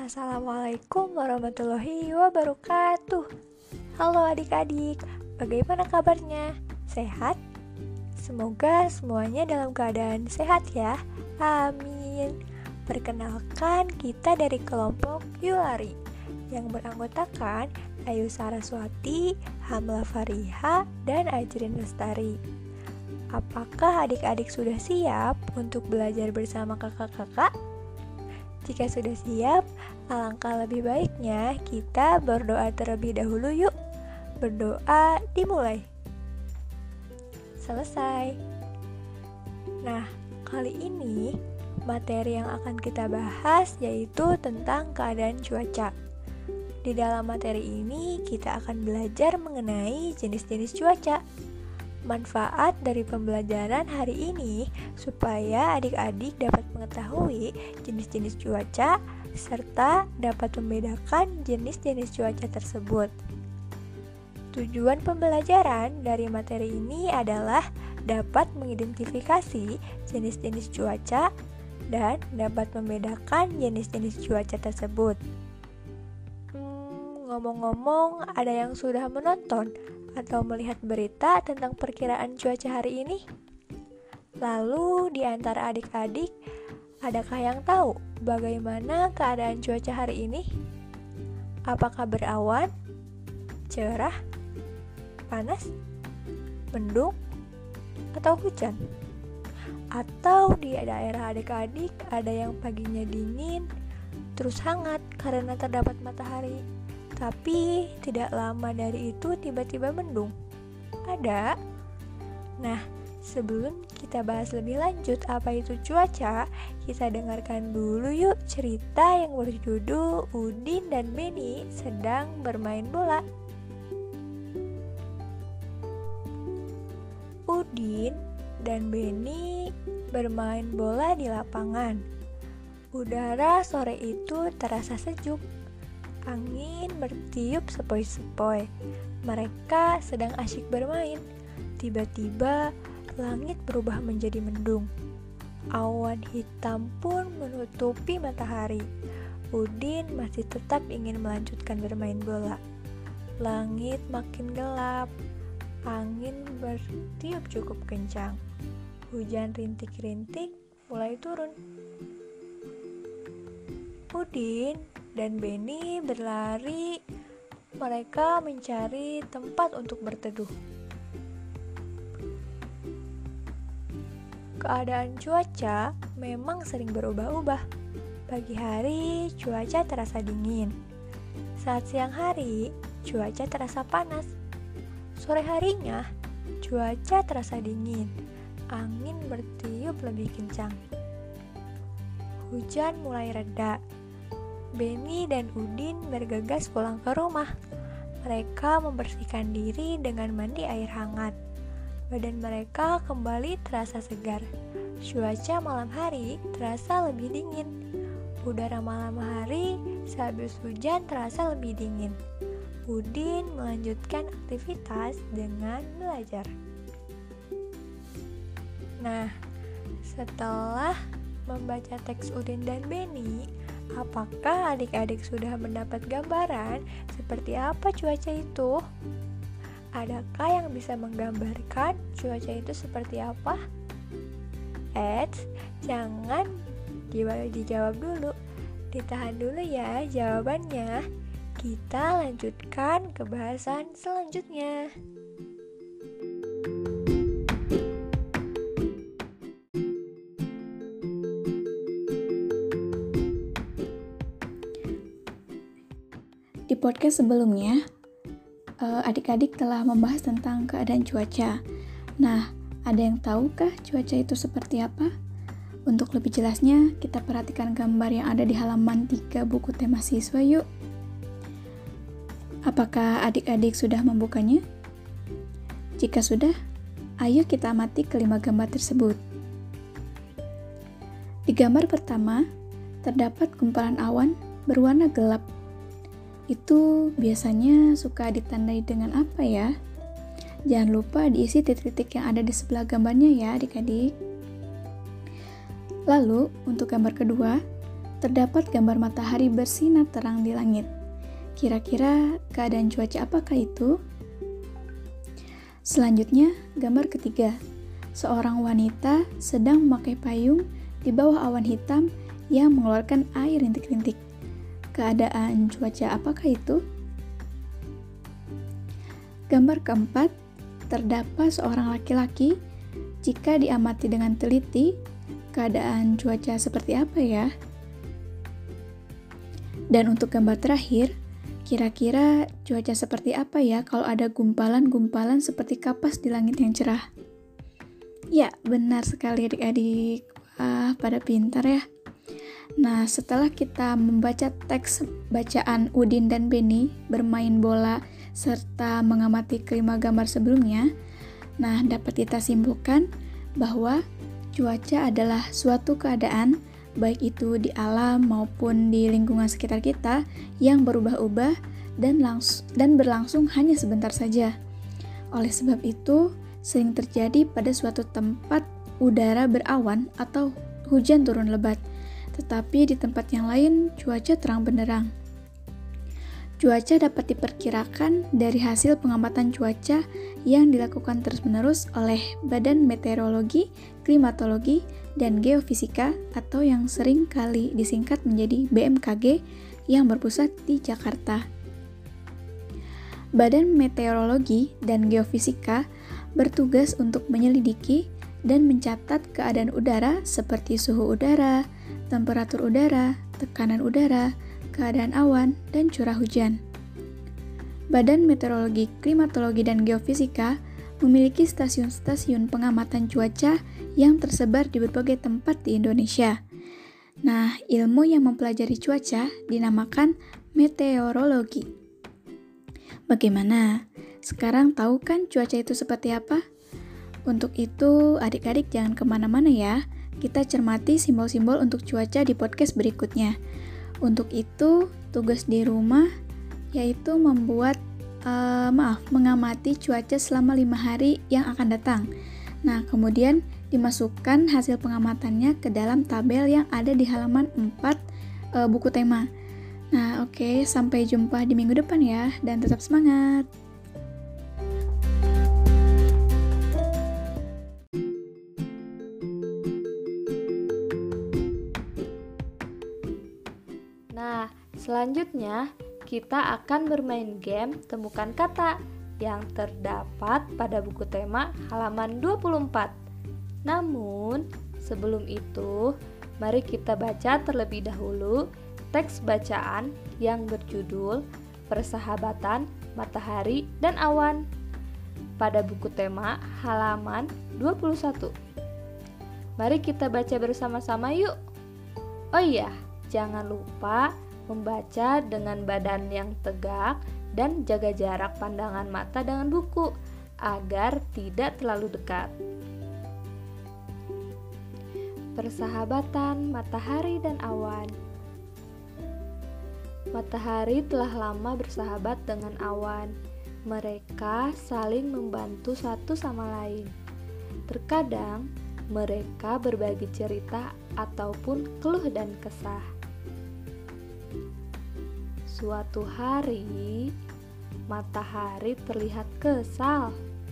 Assalamualaikum warahmatullahi wabarakatuh. Halo adik-adik, bagaimana kabarnya? Sehat? Semoga semuanya dalam keadaan sehat ya. Amin. Perkenalkan, kita dari kelompok Yulari yang beranggotakan Ayu Saraswati, Hamla Fariha, dan Ajrin Lestari. Apakah adik-adik sudah siap untuk belajar bersama kakak-kakak? Jika sudah siap, alangkah lebih baiknya kita berdoa terlebih dahulu yuk. Berdoa dimulai. Selesai. Nah, kali ini materi yang akan kita bahas yaitu tentang keadaan cuaca. Di dalam materi ini kita akan belajar mengenai jenis-jenis cuaca. Manfaat dari pembelajaran hari ini supaya adik-adik dapat mengetahui jenis-jenis cuaca serta dapat membedakan jenis-jenis cuaca tersebut. Tujuan pembelajaran dari materi ini adalah dapat mengidentifikasi jenis-jenis cuaca dan dapat membedakan jenis-jenis cuaca tersebut. Ngomong-ngomong, ada yang sudah menonton atau melihat berita tentang perkiraan cuaca hari ini? Lalu di antara adik-adik, adakah yang tahu bagaimana keadaan cuaca hari ini? Apakah berawan, cerah, panas, mendung, atau hujan? Atau di daerah adik-adik ada yang paginya dingin, terus hangat karena terdapat matahari, tapi tidak lama dari itu tiba-tiba mendung? Ada? Nah, sebelum kita bahas lebih lanjut apa itu cuaca, kita dengarkan dulu yuk cerita yang berjudul Udin dan Beni sedang bermain bola. Udin dan Beni bermain bola di lapangan. Udara sore itu terasa sejuk. Angin bertiup sepoi-sepoi. Mereka sedang asyik bermain. Tiba-tiba langit berubah menjadi mendung. Awan hitam pun menutupi matahari. Udin masih tetap ingin melanjutkan bermain bola. Langit makin gelap. Angin bertiup cukup kencang. Hujan rintik-rintik mulai turun. Udin dan Beni berlari. Mereka mencari tempat untuk berteduh. Keadaan cuaca memang sering berubah-ubah. Pagi hari cuaca terasa dingin. Saat siang hari cuaca terasa panas. Sore harinya cuaca terasa dingin. Angin bertiup lebih kencang. Hujan mulai reda. Beni dan Udin bergegas pulang ke rumah. Mereka membersihkan diri dengan mandi air hangat. Badan mereka kembali terasa segar. Cuaca malam hari terasa lebih dingin. Udara malam hari sehabis hujan terasa lebih dingin. Udin melanjutkan aktivitas dengan belajar. Nah, setelah membaca teks Udin dan Beni, apakah adik-adik sudah mendapat gambaran seperti apa cuaca itu? Adakah yang bisa menggambarkan cuaca itu seperti apa? Jangan dijawab dulu. Ditahan dulu ya jawabannya. Kita lanjutkan ke bahasan selanjutnya. Di podcast sebelumnya, adik-adik telah membahas tentang keadaan cuaca. Nah, ada yang tahukah cuaca itu seperti apa? Untuk lebih jelasnya, kita perhatikan gambar yang ada di halaman 3 buku tema siswa yuk. Apakah adik-adik sudah membukanya? Jika sudah, ayo kita amati kelima gambar tersebut. Di gambar pertama, terdapat gumpalan awan berwarna gelap. Itu biasanya suka ditandai dengan apa ya? Jangan lupa diisi titik-titik yang ada di sebelah gambarnya ya adik-adik. Lalu untuk gambar kedua, terdapat gambar matahari bersinar terang di langit. Kira-kira keadaan cuaca apakah itu? Selanjutnya, gambar ketiga. Seorang wanita sedang memakai payung di bawah awan hitam yang mengeluarkan air rintik-rintik. Keadaan cuaca apakah itu? Gambar keempat, terdapat seorang laki-laki. Jika diamati dengan teliti, keadaan cuaca seperti apa ya? Dan untuk gambar terakhir, kira-kira cuaca seperti apa ya kalau ada gumpalan-gumpalan seperti kapas di langit yang cerah? Ya, benar sekali adik-adik. Pada pintar ya. Nah, setelah kita membaca teks bacaan Udin dan Beni bermain bola serta mengamati kelima gambar sebelumnya, nah dapat kita simpulkan bahwa cuaca adalah suatu keadaan, baik itu di alam maupun di lingkungan sekitar kita, yang berubah-ubah dan berlangsung hanya sebentar saja. Oleh sebab itu, sering terjadi pada suatu tempat udara berawan atau hujan turun lebat, tetapi di tempat yang lain cuaca terang benderang. Cuaca dapat diperkirakan dari hasil pengamatan cuaca yang dilakukan terus-menerus oleh Badan Meteorologi, Klimatologi, dan Geofisika atau yang sering kali disingkat menjadi BMKG yang berpusat di Jakarta. Badan Meteorologi dan Geofisika bertugas untuk menyelidiki dan mencatat keadaan udara seperti suhu udara, temperatur udara, tekanan udara, keadaan awan, dan curah hujan. Badan Meteorologi, Klimatologi, dan Geofisika memiliki stasiun-stasiun pengamatan cuaca yang tersebar di berbagai tempat di Indonesia. Nah, ilmu yang mempelajari cuaca dinamakan meteorologi. Bagaimana? Sekarang tahu kan cuaca itu seperti apa? Untuk itu, adik-adik jangan kemana-mana ya. Kita cermati simbol-simbol untuk cuaca di podcast berikutnya. Untuk itu, tugas di rumah yaitu mengamati cuaca selama 5 hari yang akan datang. Nah, kemudian dimasukkan hasil pengamatannya ke dalam tabel yang ada di halaman 4 buku tema. Nah, oke, sampai jumpa di minggu depan ya, dan tetap semangat! Nah, selanjutnya kita akan bermain game temukan kata yang terdapat pada buku tema halaman 24. Namun, sebelum itu, mari kita baca terlebih dahulu teks bacaan yang berjudul Persahabatan Matahari dan Awan pada buku tema halaman 21. Mari kita baca bersama-sama yuk. Oh iya, jangan lupa membaca dengan badan yang tegak dan jaga jarak pandangan mata dengan buku agar tidak terlalu dekat. Persahabatan matahari dan awan. Matahari telah lama bersahabat dengan awan. Mereka saling membantu satu sama lain. Terkadang mereka berbagi cerita ataupun keluh dan kesah. Suatu hari, matahari terlihat kesal.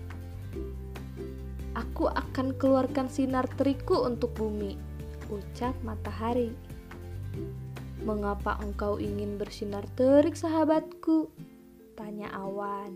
Aku akan keluarkan sinar teriku untuk bumi, ucap matahari. Mengapa engkau ingin bersinar terik, sahabatku? Tanya awan.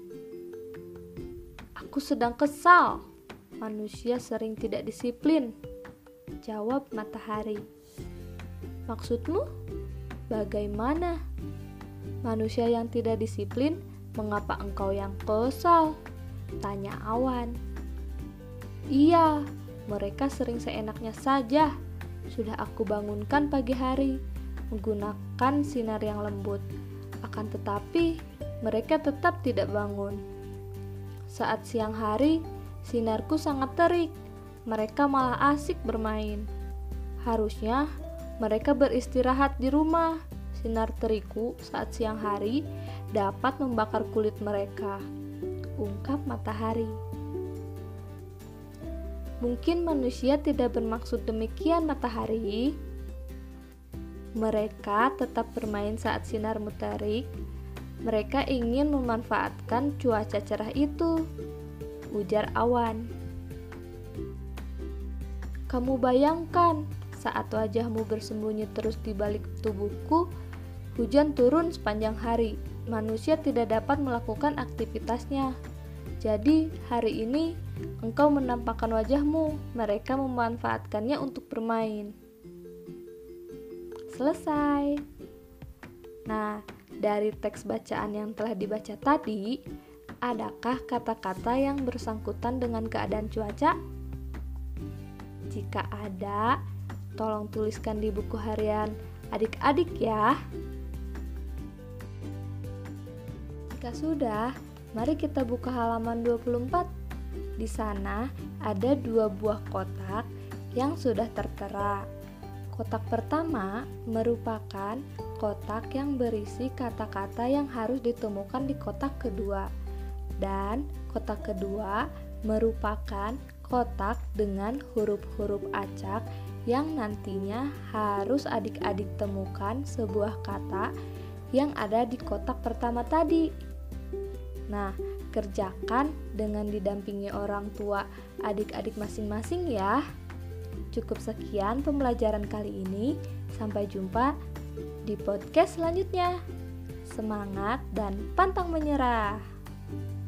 Aku sedang kesal. Manusia sering tidak disiplin, jawab matahari. Maksudmu bagaimana? Manusia yang tidak disiplin, mengapa engkau yang kesal? Tanya awan. Iya, mereka sering seenaknya saja. Sudah aku bangunkan pagi hari, menggunakan sinar yang lembut. Akan tetapi, mereka tetap tidak bangun. Saat siang hari, sinarku sangat terik. Mereka malah asik bermain. Harusnya mereka beristirahat di rumah. Sinar teriku saat siang hari dapat membakar kulit mereka, ungkap matahari. Mungkin manusia tidak bermaksud demikian, matahari. Mereka tetap bermain saat sinar terik. Mereka ingin memanfaatkan cuaca cerah itu, ujar Awan. Kamu bayangkan, saat wajahmu bersembunyi terus di balik tubuhku, hujan turun sepanjang hari. Manusia tidak dapat melakukan aktivitasnya. Jadi, hari ini engkau menampakkan wajahmu. Mereka memanfaatkannya untuk bermain. Selesai. Nah, dari teks bacaan yang telah dibaca tadi, adakah kata-kata yang bersangkutan dengan keadaan cuaca? Jika ada, tolong tuliskan di buku harian adik-adik ya. Jika sudah, mari kita buka halaman 24. Di sana ada 2 buah kotak yang sudah tertera. Kotak pertama merupakan kotak yang berisi kata-kata yang harus ditemukan di kotak kedua. Dan kotak kedua merupakan kotak dengan huruf-huruf acak yang nantinya harus adik-adik temukan sebuah kata yang ada di kotak pertama tadi. Nah, kerjakan dengan didampingi orang tua adik-adik masing-masing ya. Cukup sekian pembelajaran kali ini. Sampai jumpa di podcast selanjutnya. Semangat dan pantang menyerah.